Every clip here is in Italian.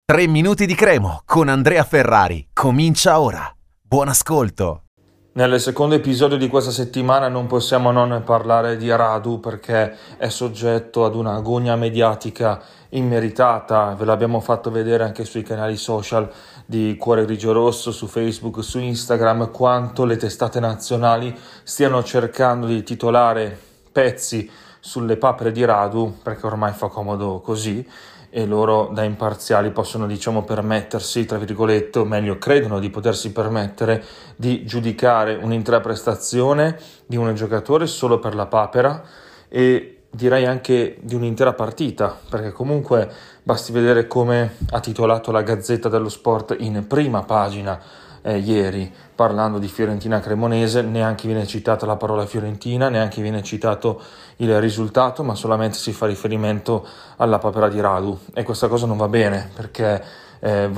3 minuti di Cremo con Andrea Ferrari. Comincia ora. Buon ascolto. Nel secondo episodio di questa settimana non possiamo non parlare di Radu perché è soggetto ad una agonia mediatica immeritata. Ve l'abbiamo fatto vedere anche sui canali social di Cuore Grigio Rosso, su Facebook, su Instagram, quanto le testate nazionali stiano cercando di titolare pezzi sulle papere di Radu, perché ormai fa comodo così e loro da imparziali possono, permettersi, tra virgolette, o meglio credono di potersi permettere di giudicare un'intera prestazione di un giocatore solo per la papera e direi anche di un'intera partita, perché comunque basti vedere come ha titolato la Gazzetta dello Sport in prima pagina ieri, parlando di Fiorentina Cremonese. Neanche viene citata la parola Fiorentina, neanche viene citato il risultato, ma solamente si fa riferimento alla papera di Radu, e questa cosa non va bene perché è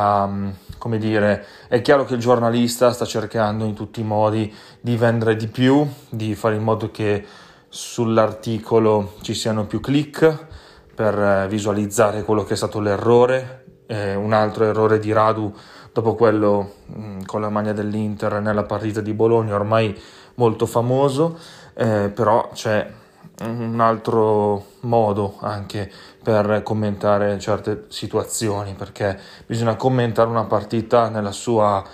chiaro che il giornalista sta cercando in tutti i modi di vendere di più, di fare in modo che sull'articolo ci siano più click per visualizzare quello che è stato l'errore, un altro errore di Radu dopo quello con la maglia dell'Inter nella partita di Bologna, ormai molto famoso, però c'è un altro modo anche per commentare certe situazioni, perché bisogna commentare una partita nella sua,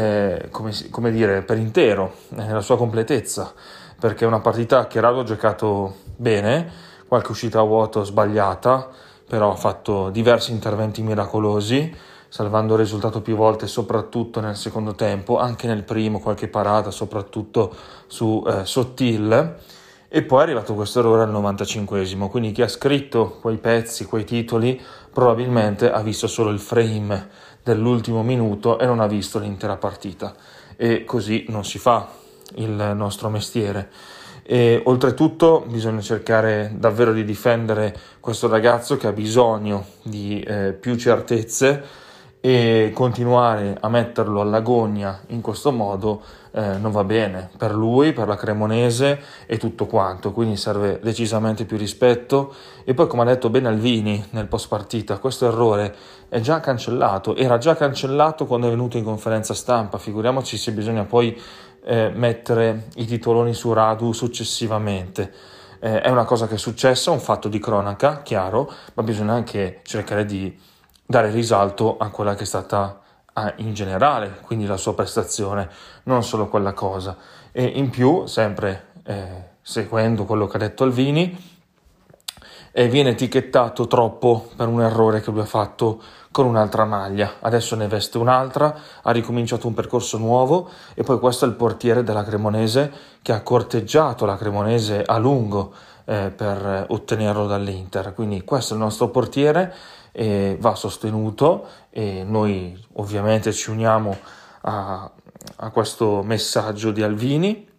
per intero, nella sua completezza, perché è una partita che Radu ha giocato bene, qualche uscita a vuoto sbagliata, però ha fatto diversi interventi miracolosi, salvando il risultato più volte, soprattutto nel secondo tempo, anche nel primo qualche parata, soprattutto su Sottil, e poi è arrivato questo errore al 95esimo, quindi chi ha scritto quei pezzi, quei titoli, probabilmente ha visto solo il frame dell'ultimo minuto e non ha visto l'intera partita, e così non si fa il nostro mestiere. E oltretutto bisogna cercare davvero di difendere questo ragazzo che ha bisogno di più certezze, e continuare a metterlo all'agonia in questo modo non va bene per lui, per la Cremonese e tutto quanto, quindi serve decisamente più rispetto. E poi, come ha detto bene Alvini nel post partita, questo errore è già cancellato, era già cancellato quando è venuto in conferenza stampa, figuriamoci se bisogna poi mettere i titoloni su Radu successivamente. È una cosa che è successa, un fatto di cronaca, chiaro, ma bisogna anche cercare di dare risalto a quella che è stata in generale, quindi la sua prestazione, non solo quella cosa. E in più, sempre seguendo quello che ha detto Alvini, viene etichettato troppo per un errore che lui ha fatto con un'altra maglia. Adesso ne veste un'altra, ha ricominciato un percorso nuovo, e poi questo è il portiere della Cremonese che ha corteggiato la Cremonese a lungo per ottenerlo dall'Inter. Quindi questo è il nostro portiere e va sostenuto, e noi ovviamente ci uniamo a questo messaggio di Alvini,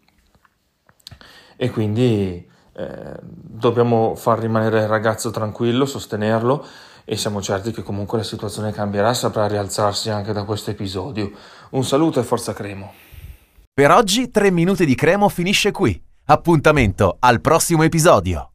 e quindi dobbiamo far rimanere il ragazzo tranquillo, sostenerlo, e siamo certi che comunque la situazione cambierà, saprà rialzarsi anche da questo episodio. Un saluto e forza Cremo. Per oggi 3 minuti di Cremo finisce qui. Appuntamento al prossimo episodio.